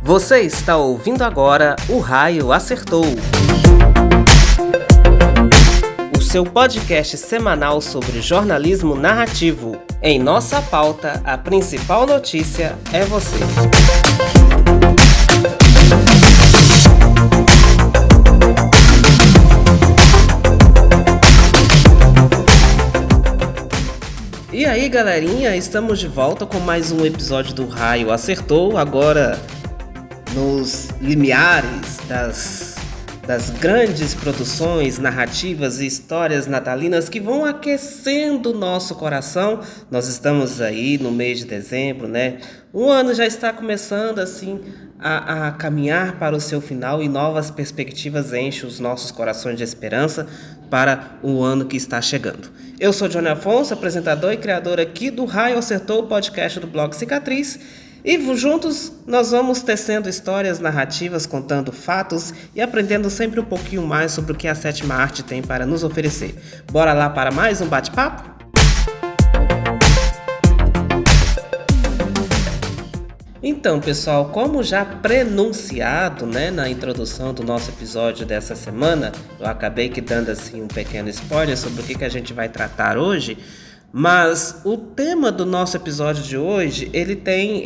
Você está ouvindo agora O Raio Acertou, o seu podcast semanal sobre jornalismo narrativo. Em nossa pauta, a principal notícia é você. E aí, galerinha, estamos de volta com mais um episódio do Raio Acertou, agora nos limiares das grandes produções narrativas e histórias natalinas que vão aquecendo o nosso coração. Nós estamos aí no mês de dezembro, né? O ano já está começando assim a caminhar para o seu final e novas perspectivas enchem os nossos corações de esperança para o ano que está chegando. Eu sou Johnny Afonso, apresentador e criador aqui do Raio Acertou, o podcast do blog Cicatriz. E juntos nós vamos tecendo histórias narrativas, contando fatos e aprendendo sempre um pouquinho mais sobre o que a sétima arte tem para nos oferecer. Bora lá para mais um bate-papo? Então, pessoal, como já prenunciado, né, na introdução do nosso episódio dessa semana, eu acabei que dando assim um pequeno spoiler sobre o que a gente vai tratar hoje. Mas o tema do nosso episódio de hoje, ele tem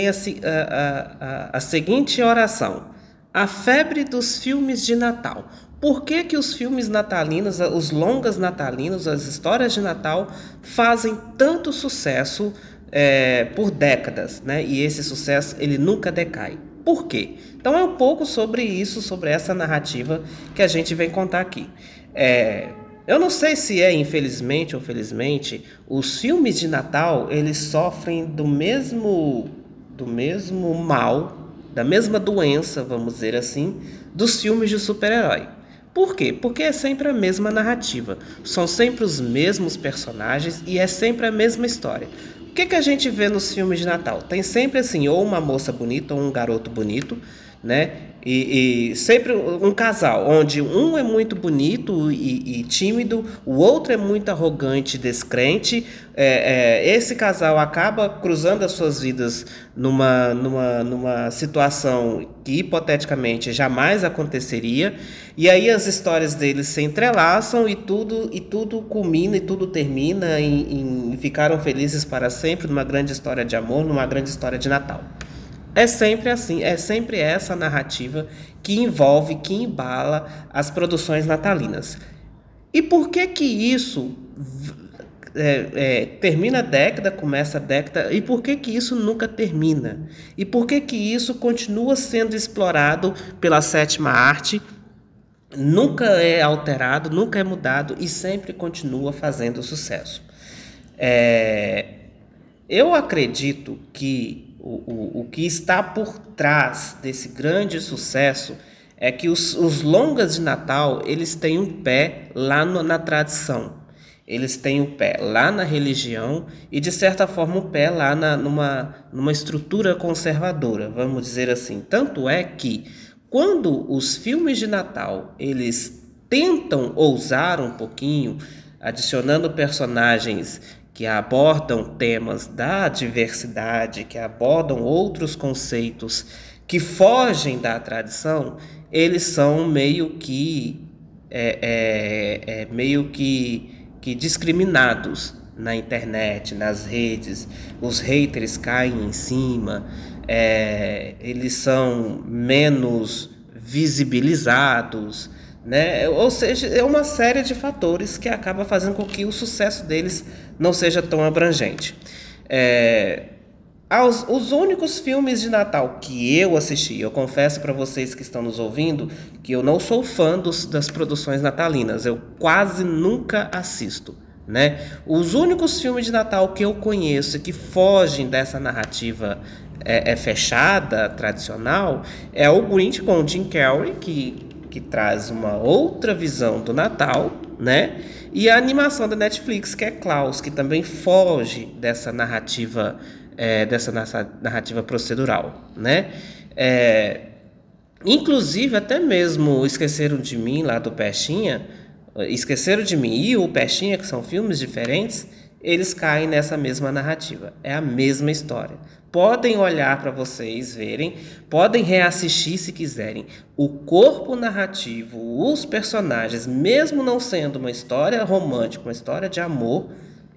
a seguinte oração: a febre dos filmes de Natal. Por que os filmes natalinos, os longas natalinos, as histórias de Natal fazem tanto sucesso por décadas, né? E esse sucesso ele nunca decai. Por quê? Então é um pouco sobre isso, sobre essa narrativa que a gente vem contar aqui. Eu não sei se infelizmente ou felizmente, os filmes de Natal, eles sofrem do mesmo mal, da mesma doença, vamos dizer assim, dos filmes de super-herói. Por quê? Porque é sempre a mesma narrativa, são sempre os mesmos personagens e é sempre a mesma história. O que a gente vê nos filmes de Natal? Tem sempre assim, ou uma moça bonita ou um garoto bonito, né? E sempre um casal, onde um é muito bonito e tímido, o outro é muito arrogante e descrente. Esse casal acaba cruzando as suas vidas numa situação que hipoteticamente jamais aconteceria. E aí as histórias deles se entrelaçam e tudo culmina e tudo termina em ficaram felizes para sempre numa grande história de amor, numa grande história de Natal. É sempre assim, é sempre essa narrativa que envolve, que embala as produções natalinas. E por que isso termina a década, começa a década, e por que isso nunca termina? E por que isso continua sendo explorado pela sétima arte, nunca é alterado, nunca é mudado e sempre continua fazendo sucesso? Eu acredito que o que está por trás desse grande sucesso é que os longas de Natal, eles têm um pé lá na tradição, eles têm um pé lá na religião e, de certa forma, um pé lá numa estrutura conservadora, vamos dizer assim. Tanto é que, quando os filmes de Natal, eles tentam ousar um pouquinho, adicionando personagens que abordam temas da diversidade, que abordam outros conceitos que fogem da tradição, eles são meio que discriminados na internet, nas redes. Os haters caem em cima, eles são menos visibilizados, né? Ou seja, é uma série de fatores que acaba fazendo com que o sucesso deles não seja tão abrangente. Os únicos filmes de Natal que eu assisti, eu confesso para vocês que estão nos ouvindo que eu não sou fã das produções natalinas, eu quase nunca assisto, né? Os únicos filmes de Natal que eu conheço que fogem dessa narrativa fechada, tradicional, é o Grinch com o Jim Carrey, que traz uma outra visão do Natal, né? E a animação da Netflix, que é Klaus, que também foge dessa narrativa procedural, né? Inclusive, até mesmo Esqueceram de Mim, lá do Pechinha, Esqueceram de Mim e o Pechinha, que são filmes diferentes, eles caem nessa mesma narrativa. É a mesma história. Podem olhar para vocês verem, podem reassistir se quiserem. O corpo narrativo, os personagens, mesmo não sendo uma história romântica, uma história de amor,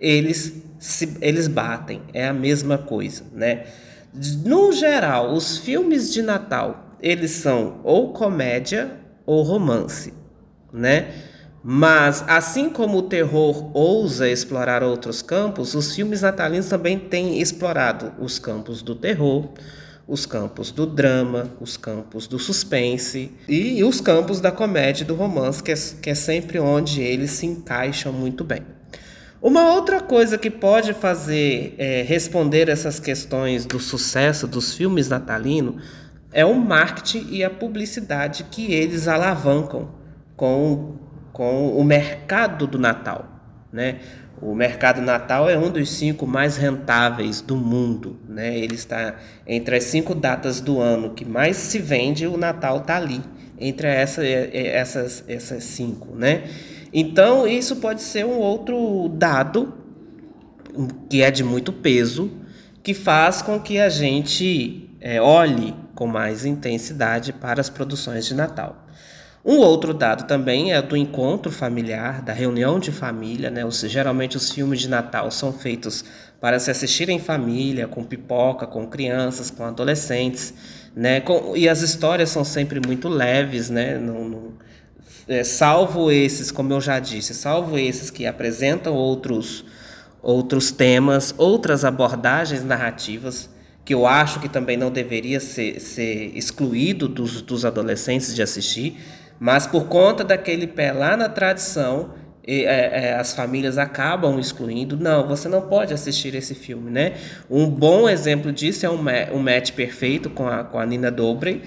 eles batem. É a mesma coisa, né? No geral, os filmes de Natal, eles são ou comédia ou romance, né? Mas, assim como o terror ousa explorar outros campos, os filmes natalinos também têm explorado os campos do terror, os campos do drama, os campos do suspense e os campos da comédia e do romance, que é sempre onde eles se encaixam muito bem. Uma outra coisa que pode fazer responder essas questões do sucesso dos filmes natalinos é o marketing e a publicidade que eles alavancam com o mercado do Natal, né? O mercado Natal é um dos 5 mais rentáveis do mundo, né? Ele está entre as 5 datas do ano que mais se vende, o Natal está ali, entre essas 5, né? Então, isso pode ser um outro dado que é de muito peso, que faz com que a gente olhe com mais intensidade para as produções de Natal. Um outro dado também é do encontro familiar, da reunião de família, né? Geralmente os filmes de Natal são feitos para se assistir em família, com pipoca, com crianças, com adolescentes, né? E as histórias são sempre muito leves, né? Salvo esses, como eu já disse, salvo esses que apresentam outros temas, outras abordagens narrativas, que eu acho que também não deveria ser excluído dos adolescentes de assistir, mas por conta daquele pé lá na tradição, as famílias acabam excluindo. Não, você não pode assistir esse filme, né? Um bom exemplo disso é um Match Perfeito com a Nina Dobrev,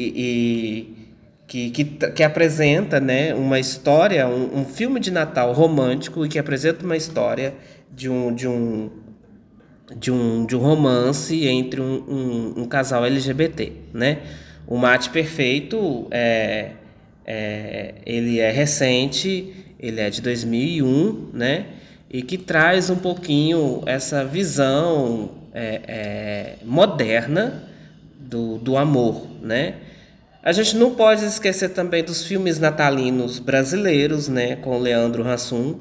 que apresenta, né, uma história, um filme de Natal romântico e que apresenta uma história de um romance entre um casal LGBT, né? O Match Perfeito ele é recente, ele é de 2001, né? E que traz um pouquinho essa visão moderna do amor, né? A gente não pode esquecer também dos filmes natalinos brasileiros, né? Com Leandro Hassum,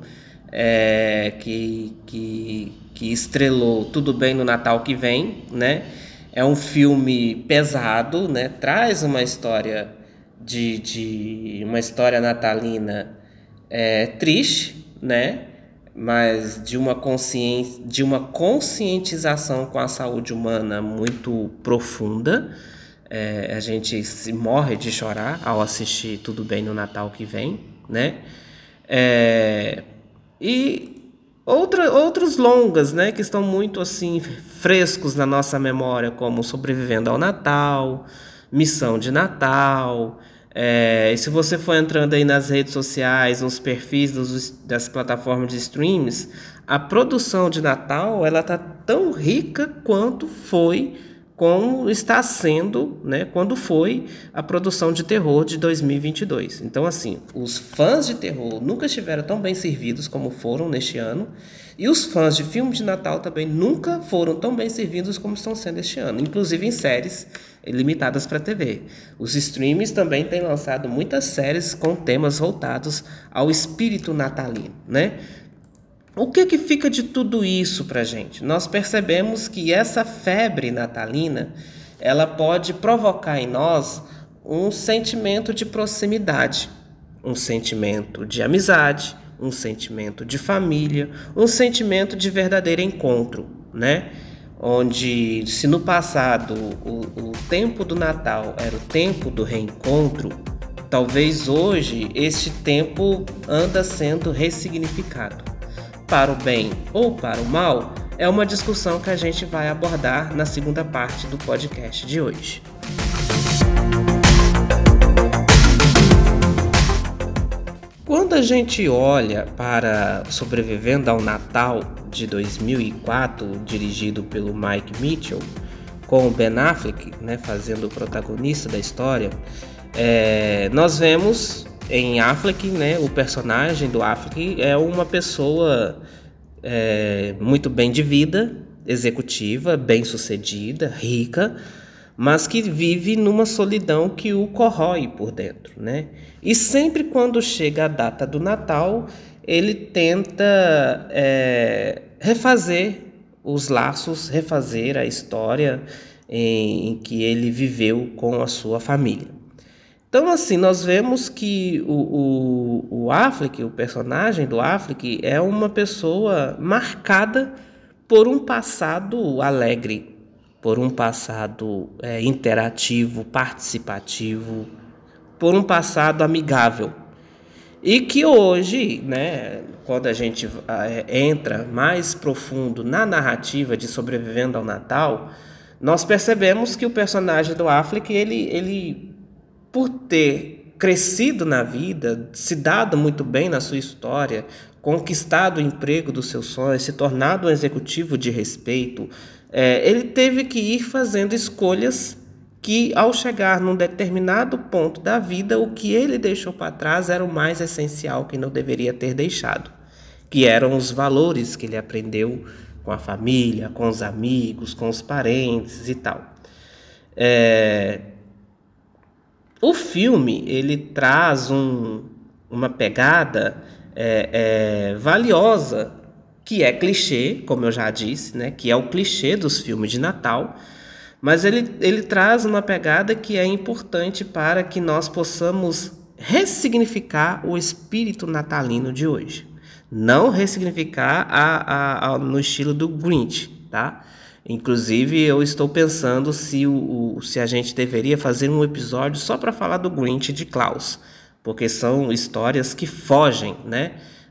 que estrelou Tudo Bem no Natal que Vem, né? É um filme pesado, né? Traz uma história uma história natalina triste, né? Mas de uma conscientização com a saúde humana muito profunda. A gente se morre de chorar ao assistir Tudo Bem no Natal que Vem, né? E outros longas, né, que estão muito assim frescos na nossa memória, como Sobrevivendo ao Natal, Missão de Natal. E se você for entrando aí nas redes sociais, nos perfis das plataformas de streams, a produção de Natal ela tá tão rica quanto como está sendo, né, quando foi a produção de terror de 2022. Então, assim, os fãs de terror nunca estiveram tão bem servidos como foram neste ano, e os fãs de filmes de Natal também nunca foram tão bem servidos como estão sendo este ano, inclusive em séries limitadas para TV. Os streams também têm lançado muitas séries com temas voltados ao espírito natalino, né? O que fica de tudo isso para a gente? Nós percebemos que essa febre natalina, ela pode provocar em nós um sentimento de proximidade, um sentimento de amizade, um sentimento de família, um sentimento de verdadeiro encontro, né? Onde, se no passado o tempo do Natal era o tempo do reencontro, talvez hoje este tempo anda sendo ressignificado. Para o bem ou para o mal, é uma discussão que a gente vai abordar na segunda parte do podcast de hoje. Quando a gente olha para Sobrevivendo ao Natal de 2004, dirigido pelo Mike Mitchell, com o Ben Affleck, né, fazendo o protagonista da história, nós vemos em Affleck, né, o personagem do Affleck é uma pessoa muito bem de vida, executiva, bem-sucedida, rica, mas que vive numa solidão que o corrói por dentro, né? E sempre quando chega a data do Natal, ele tenta refazer os laços, refazer a história em que ele viveu com a sua família. Então, assim, nós vemos que o Affleck, o personagem do Affleck, é uma pessoa marcada por um passado alegre, por um passado interativo, participativo, por um passado amigável. E que hoje, né, quando a gente entra mais profundo na narrativa de Sobrevivendo ao Natal, nós percebemos que o personagem do Affleck, ele por ter crescido na vida, se dado muito bem na sua história, conquistado o emprego dos seus sonhos, se tornado um executivo de respeito, ele teve que ir fazendo escolhas que, ao chegar num determinado ponto da vida, o que ele deixou para trás era o mais essencial que não deveria ter deixado, que eram os valores que ele aprendeu com a família, com os amigos, com os parentes e tal. O filme, ele traz uma pegada valiosa, que é clichê, como eu já disse, né? Que é o clichê dos filmes de Natal, mas ele traz uma pegada que é importante para que nós possamos ressignificar o espírito natalino de hoje. Não ressignificar no estilo do Grinch, tá? Inclusive, eu estou pensando se a gente deveria fazer um episódio só para falar do Grinch de Klaus, porque são histórias que fogem, né,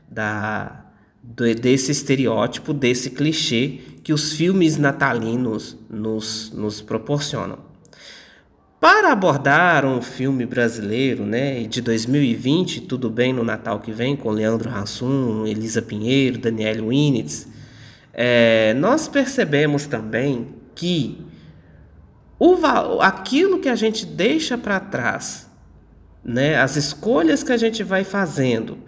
desse estereótipo, desse clichê que os filmes natalinos nos proporcionam. Para abordar um filme brasileiro, né, de 2020, Tudo Bem no Natal que Vem, com Leandro Hassum, Elisa Pinheiro, Danielle Winitz, nós percebemos também que aquilo que a gente deixa para trás, né, as escolhas que a gente vai fazendo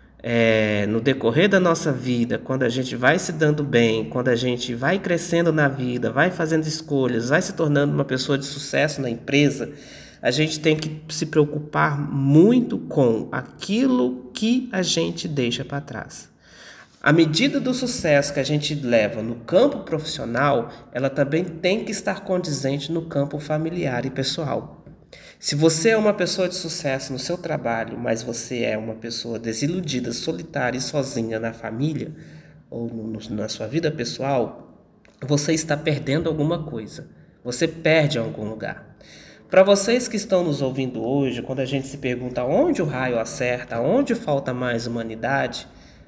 no decorrer da nossa vida, quando a gente vai se dando bem, quando a gente vai crescendo na vida, vai fazendo escolhas, vai se tornando uma pessoa de sucesso na empresa, a gente tem que se preocupar muito com aquilo que a gente deixa para trás. A medida do sucesso que a gente leva no campo profissional, ela também tem que estar condizente no campo familiar e pessoal. Se você é uma pessoa de sucesso no seu trabalho, mas você é uma pessoa desiludida, solitária e sozinha na família ou na sua vida pessoal, você está perdendo alguma coisa. Você perde em algum lugar. Para vocês que estão nos ouvindo hoje, quando a gente se pergunta onde o raio acerta, onde falta mais humanidade,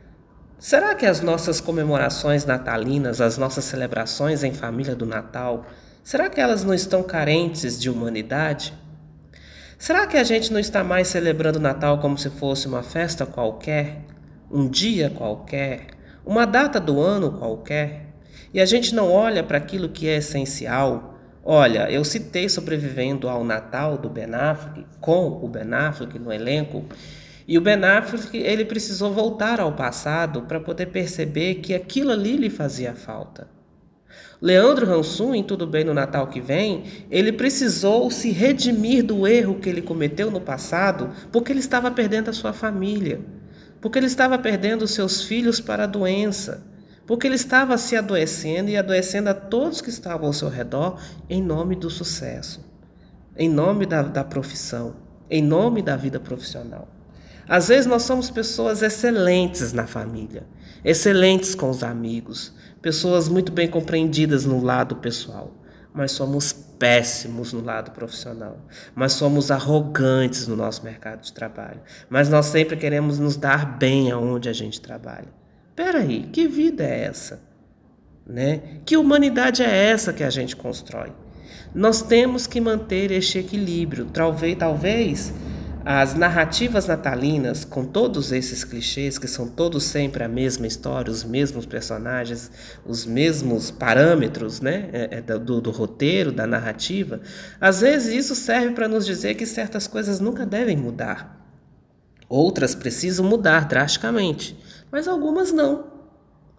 será que as nossas comemorações natalinas, as nossas celebrações em família do Natal, será que elas não estão carentes de humanidade? Será que a gente não está mais celebrando o Natal como se fosse uma festa qualquer, um dia qualquer, uma data do ano qualquer? E a gente não olha para aquilo que é essencial? Olha, eu citei Sobrevivendo ao Natal do Ben Affleck, com o Ben Affleck no elenco, e o Ben Affleck, ele precisou voltar ao passado para poder perceber que aquilo ali lhe fazia falta. Leandro Hassum, em Tudo Bem no Natal que Vem, ele precisou se redimir do erro que ele cometeu no passado, porque ele estava perdendo a sua família, porque ele estava perdendo os seus filhos para a doença, porque ele estava se adoecendo e adoecendo a todos que estavam ao seu redor em nome do sucesso, em nome da profissão, em nome da vida profissional. Às vezes nós somos pessoas excelentes na família, excelentes com os amigos, pessoas muito bem compreendidas no lado pessoal, mas somos péssimos no lado profissional, mas somos arrogantes no nosso mercado de trabalho, mas nós sempre queremos nos dar bem aonde a gente trabalha. Peraí, que vida é essa? Né? Que humanidade é essa que a gente constrói? Nós temos que manter este equilíbrio. Talvez as narrativas natalinas, com todos esses clichês, que são todos sempre a mesma história, os mesmos personagens, os mesmos parâmetros, né, do roteiro, da narrativa, às vezes isso serve para nos dizer que certas coisas nunca devem mudar. Outras precisam mudar drasticamente, mas algumas não.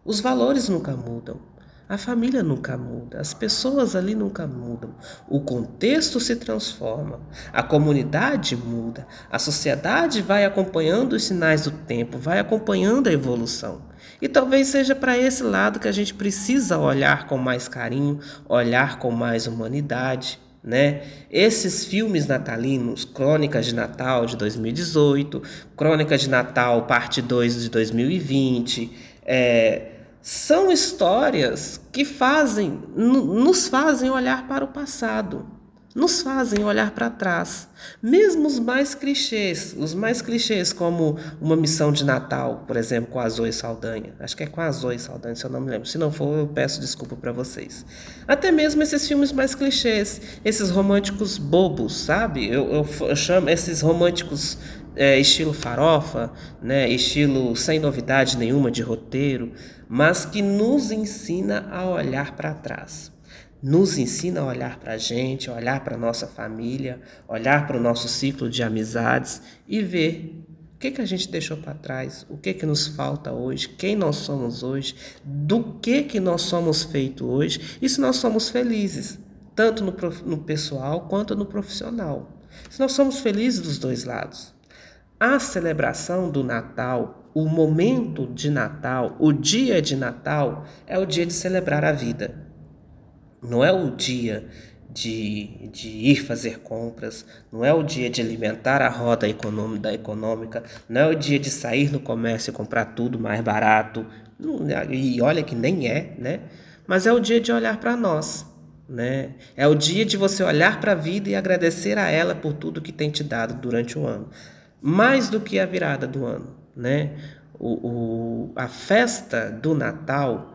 Os valores nunca mudam. A família nunca muda, as pessoas ali nunca mudam, o contexto se transforma, a comunidade muda, a sociedade vai acompanhando os sinais do tempo, vai acompanhando a evolução. E talvez seja para esse lado que a gente precisa olhar com mais carinho, olhar com mais humanidade, né? Esses filmes natalinos, Crônicas de Natal de 2018, Crônicas de Natal Parte 2 de 2020, são histórias que nos fazem olhar para o passado, nos fazem olhar para trás. Mesmo os mais clichês como Uma Missão de Natal, por exemplo, com a Zoe Saldanha. Acho que é com a Zoe Saldanha, se eu não me lembro. Se não for, eu peço desculpa para vocês. Até mesmo esses filmes mais clichês, esses românticos bobos, sabe? Eu chamo esses românticos estilo farofa, né? Estilo sem novidade nenhuma de roteiro, mas que nos ensina a olhar para trás. Nos ensina a olhar para a gente, a olhar para a nossa família, olhar para o nosso ciclo de amizades e ver o que a gente deixou para trás, o que nos falta hoje, quem nós somos hoje, do que nós somos feitos hoje e se nós somos felizes, tanto no pessoal quanto no profissional. Se nós somos felizes dos dois lados. A celebração do Natal, o momento de Natal, o dia de Natal é o dia de celebrar a vida. Não é o dia de ir fazer compras, não é o dia de alimentar a roda econômica, não é o dia de sair no comércio e comprar tudo mais barato, e olha que nem é, né? Mas é o dia de olhar para nós, né? É o dia de você olhar para a vida e agradecer a ela por tudo que tem te dado durante o ano. Mais do que a virada do ano, né? A festa do Natal,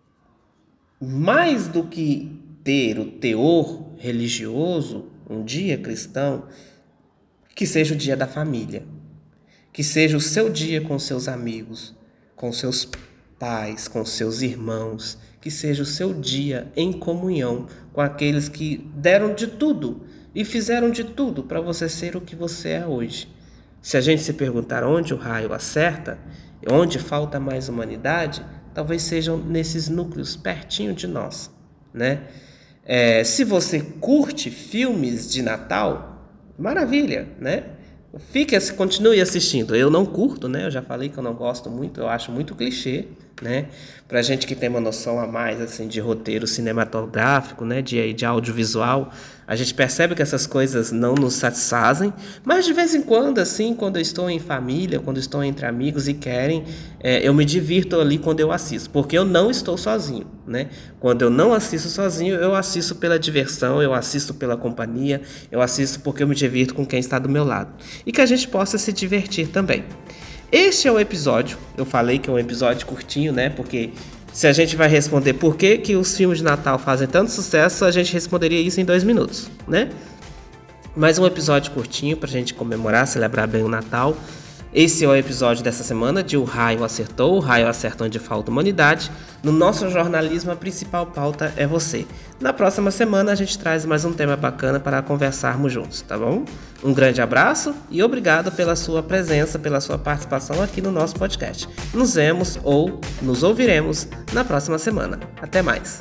mais do que ter o teor religioso, um dia cristão, que seja o dia da família, que seja o seu dia com seus amigos, com seus pais, com seus irmãos, que seja o seu dia em comunhão com aqueles que deram de tudo e fizeram de tudo para você ser o que você é hoje. Se a gente se perguntar onde o raio acerta, onde falta mais humanidade, talvez sejam nesses núcleos pertinho de nós, né? Se você curte filmes de Natal, maravilha, né? Continue assistindo. Eu não curto, né? Eu já falei que eu não gosto muito, eu acho muito clichê, né? Pra gente que tem uma noção a mais assim de roteiro cinematográfico, né? De audiovisual, a gente percebe que essas coisas não nos satisfazem, mas de vez em quando, assim, quando eu estou em família, quando estou entre amigos e querem, eu me divirto ali quando eu assisto, porque eu não estou sozinho, né? Quando eu não assisto sozinho, eu assisto pela diversão, eu assisto pela companhia, eu assisto porque eu me divirto com quem está do meu lado. E que a gente possa se divertir também. Este é o episódio, eu falei que é um episódio curtinho, né? Porque se a gente vai responder por que os filmes de Natal fazem tanto sucesso, a gente responderia isso em 2 minutos, né? Mais um episódio curtinho pra gente comemorar, celebrar bem o Natal. Esse é o episódio dessa semana de O Raio Acertou, o raio acerta onde falta humanidade. No nosso jornalismo, a principal pauta é você. Na próxima semana a gente traz mais um tema bacana para conversarmos juntos, tá bom? Um grande abraço e obrigado pela sua presença, pela sua participação aqui no nosso podcast. Nos vemos ou nos ouviremos na próxima semana. Até mais!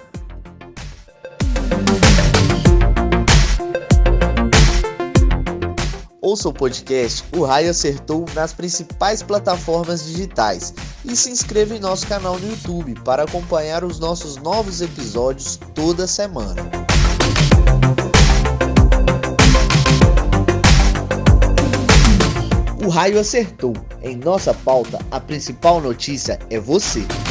Ouça o podcast O Raio Acertou nas principais plataformas digitais e se inscreva em nosso canal no YouTube para acompanhar os nossos novos episódios toda semana. O Raio Acertou. Em nossa pauta, a principal notícia é você.